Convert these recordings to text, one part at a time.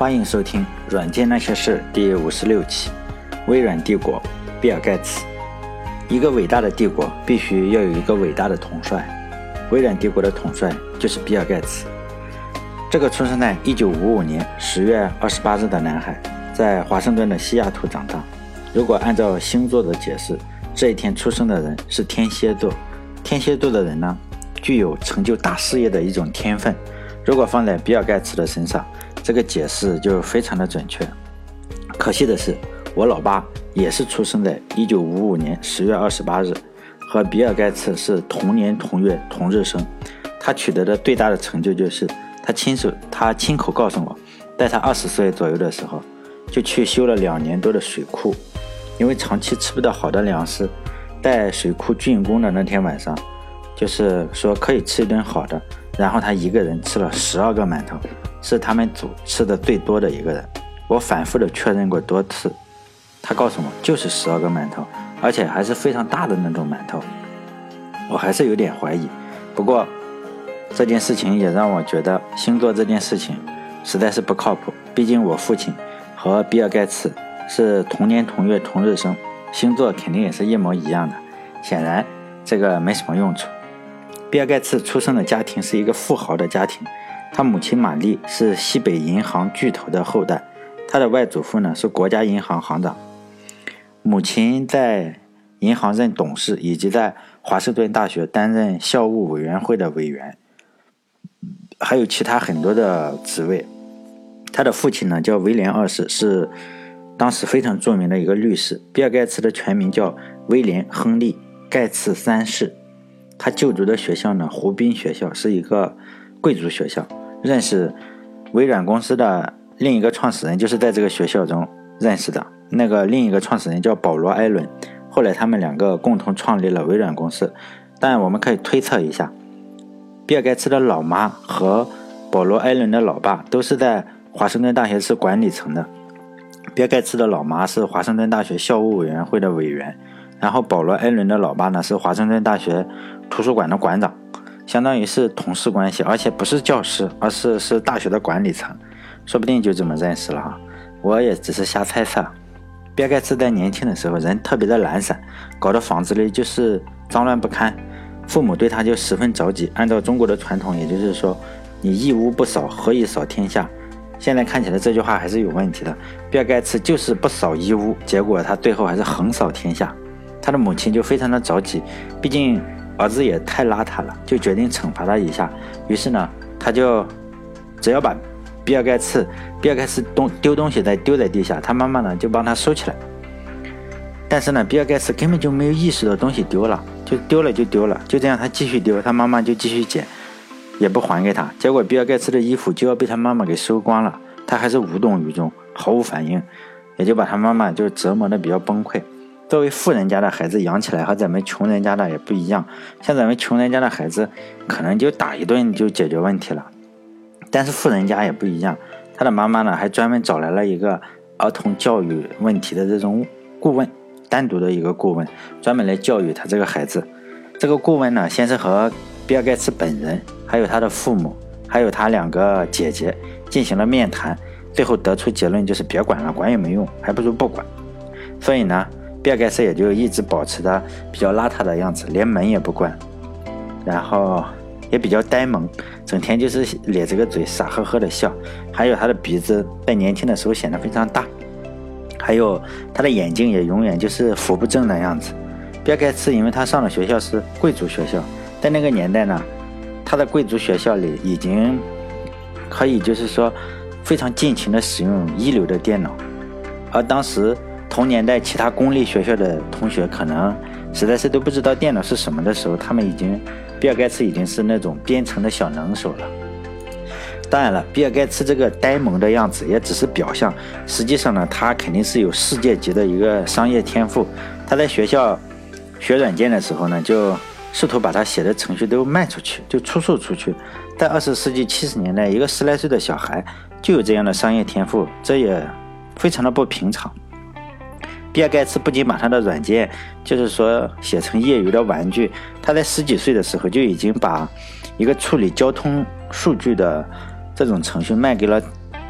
欢迎收听《软件那些事》第56期。微软帝国，比尔盖茨。一个伟大的帝国必须要有一个伟大的统帅，微软帝国的统帅就是比尔盖茨。这个出生在1955年10月28日的男孩，在华盛顿的西雅图长大。如果按照星座的解释，这一天出生的人是天蝎座。天蝎座的人呢，具有成就大事业的一种天分。如果放在比尔盖茨的身上，这个解释就非常的准确。可惜的是，我老爸也是出生在1955年10月28日，和比尔盖茨是同年同月同日生。他取得的最大的成就就是他亲口告诉我，在他20岁左右的时候，就去修了2年多的水库。因为长期吃不到好的粮食，在水库竣工的那天晚上，就是说可以吃一顿好的，然后他一个人吃了12个馒头，是他们组吃的最多的一个人。我反复的确认过多次，他告诉我就是12个馒头，而且还是非常大的那种馒头。我还是有点怀疑，不过这件事情也让我觉得星座这件事情实在是不靠谱。毕竟我父亲和比尔盖茨是同年同月同日生，星座肯定也是一模一样的，显然这个没什么用处。比尔盖茨出生的家庭是一个富豪的家庭，他母亲玛丽是西北银行巨头的后代，他的外祖父呢是国家银行行长，母亲在银行任董事，以及在华盛顿大学担任校务委员会的委员，还有其他很多的职位。他的父亲呢叫威廉2世，是当时非常著名的一个律师。比尔盖茨的全名叫威廉·亨利·盖茨3世。他就读的学校呢，湖滨学校，是一个贵族学校。认识微软公司的另一个创始人就是在这个学校中认识的。那个另一个创始人叫保罗·艾伦，后来他们2个共同创立了微软公司。但我们可以推测一下，比尔盖茨的老妈和保罗·艾伦的老爸都是在华盛顿大学是管理层的。比尔盖茨的老妈是华盛顿大学校务委员会的委员，然后保罗·艾伦的老爸呢是华盛顿大学图书馆的馆长，相当于是同事关系，而且不是教师，而是大学的管理层，说不定就这么认识了哈。我也只是瞎猜测。比尔盖茨在年轻的时候人特别的懒散，搞得房子里就是脏乱不堪，父母对他就十分着急。按照中国的传统，也就是说你一屋不扫，何以扫天下？现在看起来这句话还是有问题的。比尔盖茨就是不扫一屋，结果他最后还是横扫天下。他的母亲就非常的着急，毕竟儿子也太邋遢了，就决定惩罚他一下。于是呢，他就只要把比尔盖茨丢东西再丢在地下，他妈妈呢就帮他收起来。但是呢，比尔盖茨根本就没有意识到东西丢了，就丢了，就这样他继续丢，他妈妈就继续捡，也不还给他。结果比尔盖茨的衣服就要被他妈妈给收光了，他还是无动于衷，毫无反应，也就把他妈妈就折磨得比较崩溃。作为富人家的孩子养起来和咱们穷人家的也不一样，像咱们穷人家的孩子可能就打一顿就解决问题了，但是富人家也不一样。他的妈妈呢还专门找来了一个儿童教育问题的这种顾问，单独的一个顾问，专门来教育他这个孩子。这个顾问呢先是和比尔盖茨本人，还有他的父母，还有他2个姐姐进行了面谈，最后得出结论就是别管了，管也没用，还不如不管。所以呢，比尔盖茨也就一直保持着比较邋遢的样子，连门也不关，然后也比较呆萌，整天就是咧着个嘴傻呵呵的笑。还有他的鼻子在年轻的时候显得非常大，还有他的眼睛也永远就是扶不正的样子。比尔盖茨因为他上的学校是贵族学校，在那个年代呢，他的贵族学校里已经可以就是说非常尽情的使用一流的电脑，而当时同年代其他公立学校的同学可能实在是都不知道电脑是什么的时候，比尔盖茨已经是那种编程的小能手了。当然了，比尔盖茨这个呆萌的样子也只是表象，实际上呢，他肯定是有世界级的一个商业天赋。他在学校学软件的时候呢，就试图把他写的程序都卖出去，就出售出去。在20世纪70年代，一个10来岁的小孩就有这样的商业天赋，这也非常的不平常。比尔盖茨不仅把他的软件就是说写成业余的玩具，他在10几岁的时候就已经把一个处理交通数据的这种程序卖给了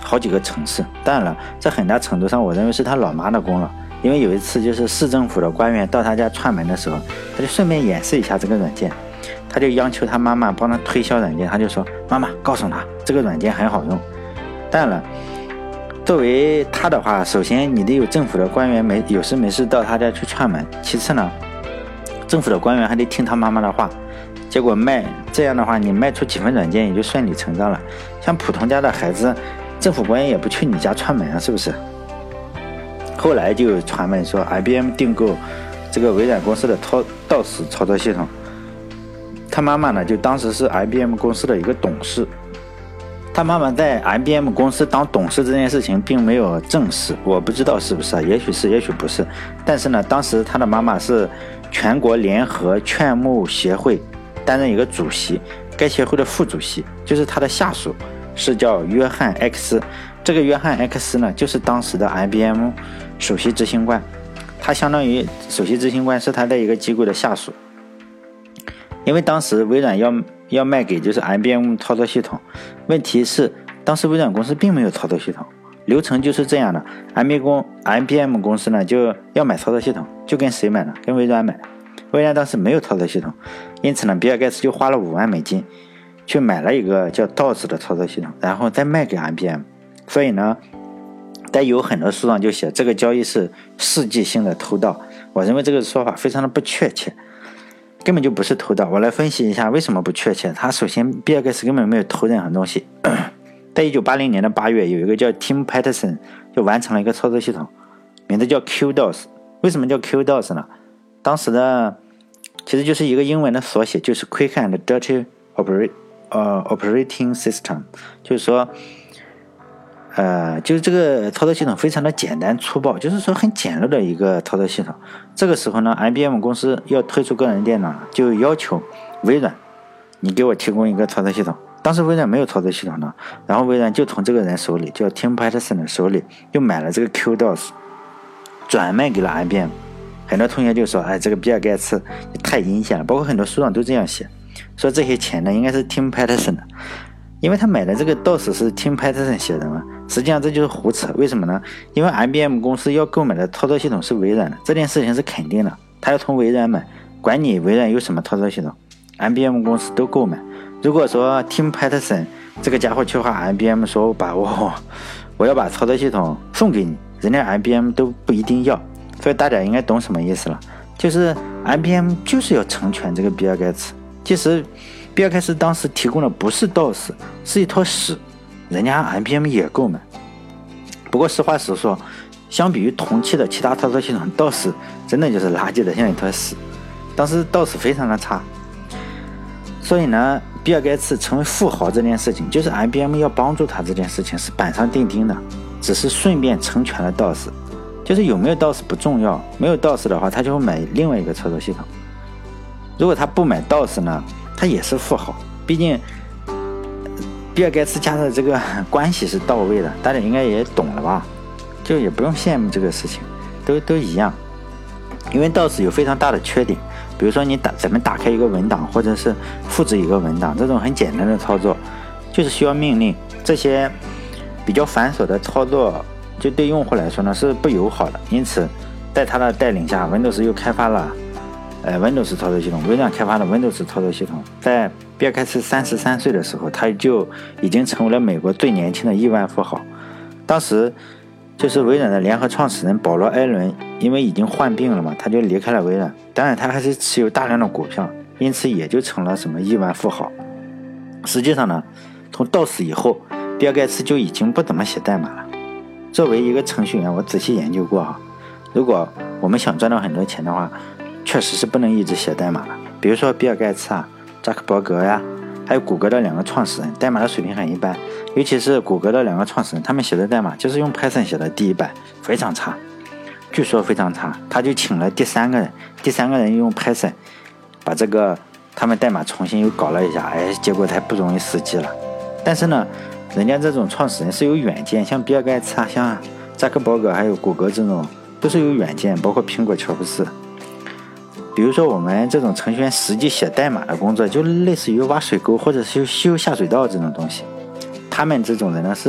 好几个城市。当然了，在很大程度上我认为是他老妈的功劳，因为有一次就是市政府的官员到他家串门的时候，他就顺便演示一下这个软件，他就央求他妈妈帮他推销软件，他就说妈妈告诉他这个软件很好用。当然了，作为他的话，首先你得有政府的官员有事没事到他家去串门，其次呢，政府的官员还得听他妈妈的话。结果这样的话，你卖出几份软件也就顺理成章了。像普通家的孩子，政府官员也不去你家串门啊，是不是？后来就有传闻说 IBM 订购这个微软公司的DOS 操作系统，他妈妈呢就当时是 IBM 公司的一个董事。他妈妈在 IBM 公司当董事这件事情并没有证实，我不知道是不是，也许是也许不是。但是呢，当时他的妈妈是全国联合劝募协会担任一个主席，该协会的副主席就是他的下属是叫约翰 X。 这个约翰 X 呢就是当时的 IBM 首席执行官，他相当于首席执行官是他的一个机构的下属。因为当时微软要卖给就是 IBM 操作系统，问题是当时微软公司并没有操作系统，流程就是这样的。 IBM 公司呢就要买操作系统，就跟谁买呢？跟微软买。微软当时没有操作系统，因此呢比尔盖茨就花了$5万去买了一个叫 DOS 的操作系统，然后再卖给 IBM。 所以呢但有很多书上就写这个交易是世纪性的偷盗，我认为这个说法非常的不确切，根本就不是偷盗。我来分析一下为什么不确切。他首先比尔盖茨根本没有偷任何东西。在1980年的8月，有一个叫 Tim Peterson 就完成了一个操作系统，名字叫 QDOS。 为什么叫 QDOS 呢？当时的其实就是一个英文的缩写，就是 Quick and Dirty Operating System， 就是说就是这个操作系统非常的简单粗暴，就是说很简陋的一个操作系统。这个时候呢 IBM 公司要推出个人电脑，就要求微软你给我提供一个操作系统。当时微软没有操作系统呢，然后微软就从这个人手里叫 Tim Peterson 的手里又买了这个 QDOS， 转卖给了 IBM。 很多同学就说这个比尔盖茨也太阴险了，包括很多书上都这样写，说这些钱呢应该是 Tim Peterson 的，因为他买的这个 DOS 是 Tim Peterson 写的嘛。实际上这就是胡扯。为什么呢？因为 IBM 公司要购买的操作系统是微软的，这件事情是肯定的，他要从微软买，管你微软有什么操作系统， IBM 公司都购买。如果说 Tim Peterson 这个家伙去话 IBM 说我要把操作系统送给你，人家 IBM 都不一定要。所以大家应该懂什么意思了，就是 IBM 就是要成全这个比尔盖茨。其实比尔盖茨当时提供的不是 DOS， 是一坨屎，人家 IBM 也购买。不过实话实说，相比于同期的其他操作系统， DOS 真的就是垃圾的像一坨屎。当时 DOS 非常的差，所以呢比尔盖茨成为富豪这件事情，就是 IBM 要帮助他这件事情是板上钉钉的，只是顺便成全了 DOS。就是有没有 DOS 不重要，没有 DOS 的话他就会买另外一个操作系统。如果他不买 DOS 呢，他也是富豪，毕竟比尔盖茨家的这个关系是到位的，大家应该也懂了吧，就也不用羡慕这个事情，都一样。因为 DOS 有非常大的缺点，比如说咱们打开一个文档或者是复制一个文档，这种很简单的操作就是需要命令，这些比较繁琐的操作就对用户来说呢是不友好的。因此在他的带领下， Windows 又开发了Windows 操作系统，微软开发了 Windows 操作系统。在比尔盖茨33岁的时候，他就已经成为了美国最年轻的亿万富豪。当时就是微软的联合创始人保罗·艾伦，因为已经患病了嘛，他就离开了微软。当然他还是持有大量的股票，因此也就成了什么亿万富豪。实际上呢，从 DOS 以后，比尔盖茨就已经不怎么写代码了。作为一个程序员，我仔细研究过如果我们想赚到很多钱的话，确实是不能一直写代码的。比如说比尔盖茨扎克伯格呀，还有谷歌的2个创始人，代码的水平很一般。尤其是谷歌的2个创始人，他们写的代码就是用 Python 写的第一版，非常差，据说非常差。他就请了第三个人用 Python 把这个他们代码重新又搞了一下，结果才不容易死机了。但是呢，人家这种创始人是有远见，像比尔盖茨像扎克伯格还有谷歌这种都是有远见，包括苹果乔布斯。比如说我们这种程序员实际写代码的工作，就类似于挖水沟或者是修下水道这种东西。他们这种人呢是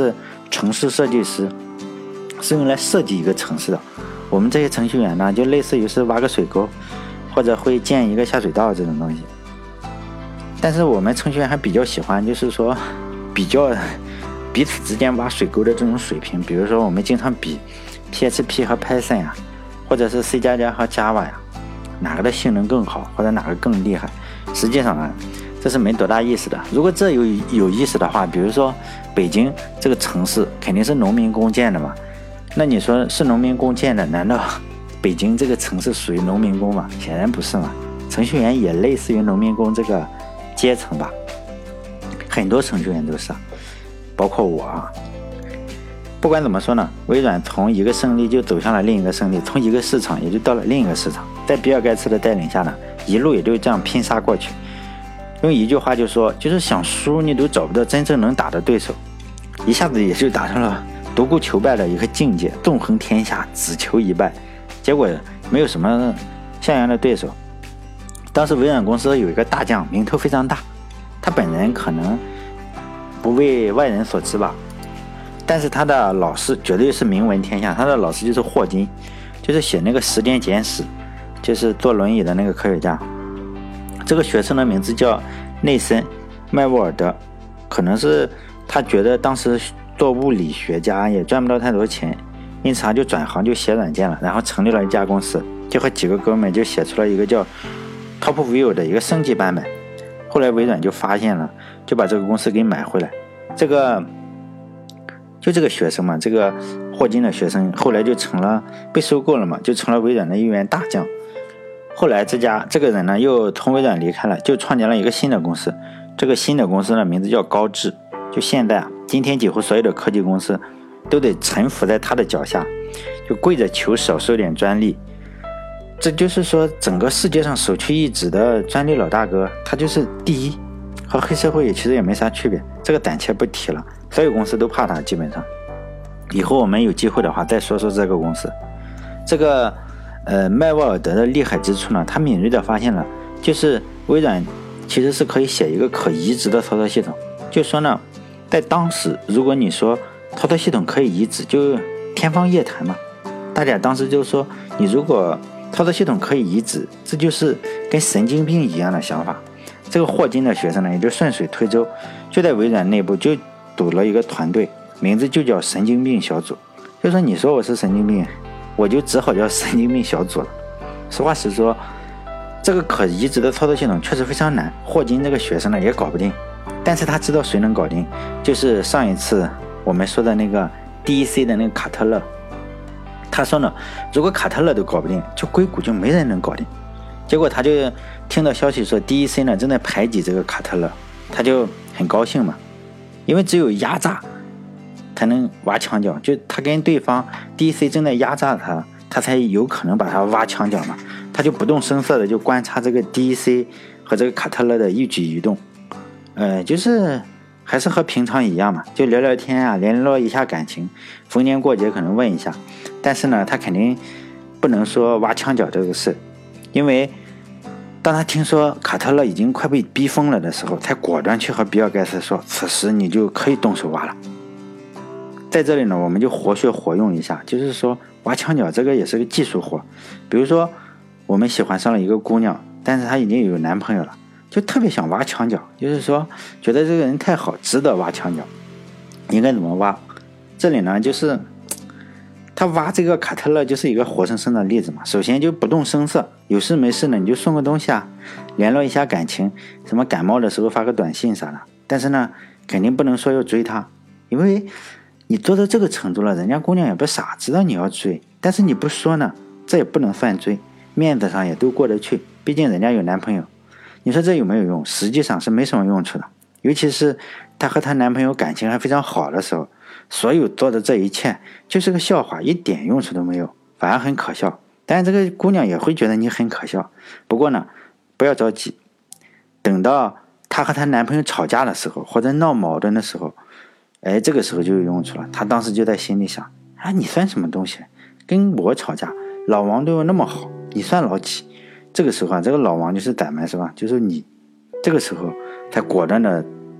城市设计师，是用来设计一个城市的。我们这些程序员呢，就类似于是挖个水沟，或者会建一个下水道这种东西。但是我们程序员还比较喜欢，就是说比较彼此之间挖水沟的这种水平。比如说我们经常比 PHP 和 Python 呀，或者是 C++ 和 Java 呀，哪个的性能更好，或者哪个更厉害。实际上呢，这是没多大意思的。如果这有意思的话，比如说北京这个城市肯定是农民工建的嘛，那你说是农民工建的，难道北京这个城市属于农民工吗？显然不是嘛。程序员也类似于农民工这个阶层吧，很多程序员都是，包括我啊。不管怎么说呢，微软从一个胜利就走向了另一个胜利，从一个市场也就到了另一个市场。在比尔盖茨的带领下呢，一路也就这样拼杀过去。用一句话就说，就是想输你都找不到真正能打的对手，一下子也就达到了独孤求败的一个境界，纵横天下只求一败。结果没有什么像样的对手。当时微软公司有一个大将，名头非常大，他本人可能不为外人所知吧，但是他的老师绝对是名闻天下。他的老师就是霍金，就是写那个时间简史，就是坐轮椅的那个科学家。这个学生的名字叫内森·麦沃尔德，可能是他觉得当时做物理学家也赚不到太多钱，因此他就转行就写软件了，然后成立了一家公司，就和几个哥们就写出了一个叫 TopView 的一个升级版本。后来微软就发现了，就把这个公司给买回来。这个学生嘛，这个霍金的学生后来就成了被收购了嘛，就成了微软的一员大将。后来这个人呢又从微软离开了，就创建了一个新的公司。这个新的公司的名字叫高智。就现在今天几乎所有的科技公司都得臣服在他的脚下，就跪着求少收点专利。这就是说整个世界上首屈一指的专利老大哥，他就是第一，和黑社会其实也没啥区别。这个胆怯不提了，所有公司都怕他。基本上以后我们有机会的话再说说这个公司。这个麦沃尔德的厉害之处呢，他敏锐地发现了，就是微软其实是可以写一个可移植的操作系统。就说呢，在当时如果你说操作系统可以移植，就天方夜谭嘛。大家当时就说，你如果操作系统可以移植，这就是跟神经病一样的想法。这个霍金的学生呢，也就顺水推舟，就在微软内部就组了一个团队，名字就叫神经病小组。就说你说我是神经病，我就只好叫神经病小组了。实话实说，这个可移植的操作系统确实非常难，霍金这个学生呢也搞不定。但是他知道谁能搞定，就是上一次我们说的那个 DEC 的那个卡特勒。他说呢，如果卡特勒都搞不定，就硅谷就没人能搞定。结果他就听到消息说 DEC 呢正在排挤这个卡特勒，他就很高兴嘛，因为只有压榨才能挖墙脚，就他跟对方 DEC 正在压榨他，他才有可能把他挖墙脚嘛。他就不动声色的就观察这个 DEC 和这个卡特勒的一举一动，就是还是和平常一样嘛，就聊聊天啊，联络一下感情，逢年过节可能问一下。但是呢，他肯定不能说挖墙脚这个事，因为当他听说卡特勒已经快被逼疯了的时候，才果断去和比尔盖茨说，此时你就可以动手挖了。在这里呢，我们就活学活用一下，就是说挖墙脚这个也是个技术活。比如说我们喜欢上了一个姑娘，但是她已经有男朋友了，就特别想挖墙脚，就是说觉得这个人太好，值得挖墙脚。应该怎么挖？这里呢，就是他挖这个卡特勒就是一个活生生的例子嘛。首先就不动声色，有事没事呢你就送个东西啊，联络一下感情，什么感冒的时候发个短信啥的。但是呢，肯定不能说要追她，因为你做到这个程度了，人家姑娘也不傻，知道你要追，但是你不说呢，这也不能算追，面子上也都过得去，毕竟人家有男朋友。你说这有没有用？实际上是没什么用处的，尤其是她和她男朋友感情还非常好的时候，所有做的这一切就是个笑话，一点用处都没有，反而很可笑。但是这个姑娘也会觉得你很可笑。不过呢，不要着急，等到她和她男朋友吵架的时候，或者闹矛盾的时候，这个时候就有用处了。她当时就在心里想，你算什么东西？跟我吵架，老王对我那么好，你算老几？这个时候这个老王就是咱们是吧？就是你。这个时候才果断的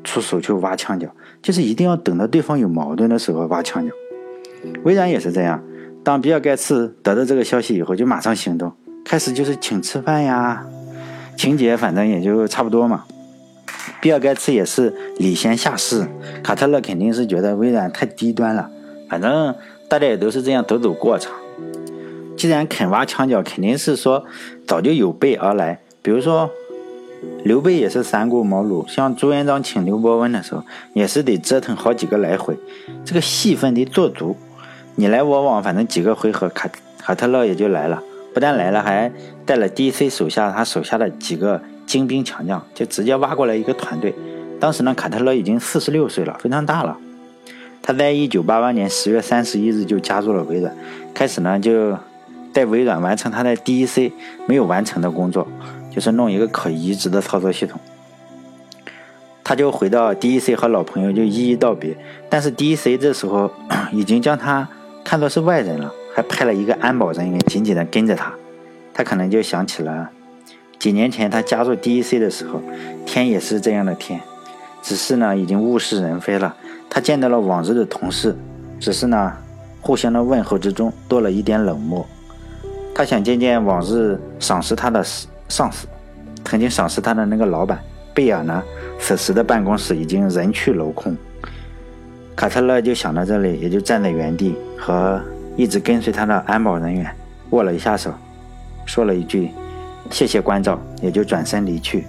出手去挖墙脚，就是一定要等到对方有矛盾的时候挖墙脚。微软也是这样，当比尔盖茨得到这个消息以后，就马上行动，开始就是请吃饭呀，情节反正也就差不多嘛。比尔盖茨也是礼贤下士，卡特勒肯定是觉得微软太低端了，反正大家也都是这样走过场。既然肯挖墙脚，肯定是说早就有备而来。比如说刘备也是三顾茅庐，像朱元璋请刘伯温的时候，也是得折腾好几个来回，这个戏份得做足。你来我往，反正几个回合，卡特勒也就来了，不但来了，还带了 DC 他手下的几个精兵强将，就直接挖过来一个团队。当时呢，卡特勒已经46岁了，非常大了。他在1988年10月31日就加入了微软，开始呢就带微软完成他在 DEC 没有完成的工作，就是弄一个可移植的操作系统。他就回到 DEC 和老朋友就一一道别，但是 DEC 这时候已经将他看作是外人了，还派了一个安保人员紧紧地跟着他。他可能就想起了几年前他加入 DEC 的时候，天也是这样的天，只是呢已经物是人非了。他见到了往日的同事，只是呢互相的问候之中多了一点冷漠。他想见见往日赏识他的上司，曾经赏识他的那个老板贝尔呢，此时的办公室已经人去楼空。卡特勒就想到这里，也就站在原地，和一直跟随他的安保人员握了一下手，说了一句谢谢关照，也就转身离去。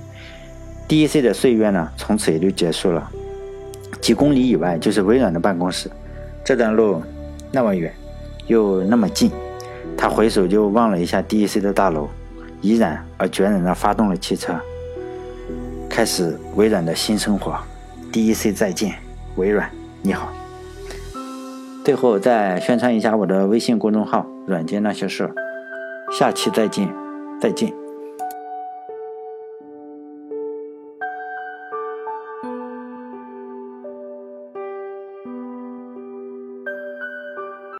DEC 的岁月呢从此也就结束了。几公里以外就是微软的办公室，这段路那么远又那么近，他回首就望了一下 DEC 的大楼，怡然而决然地发动了汽车，开始微软的新生活。 DEC 再见，微软你好。最后再宣传一下我的微信公众号软件那些事，下期再见。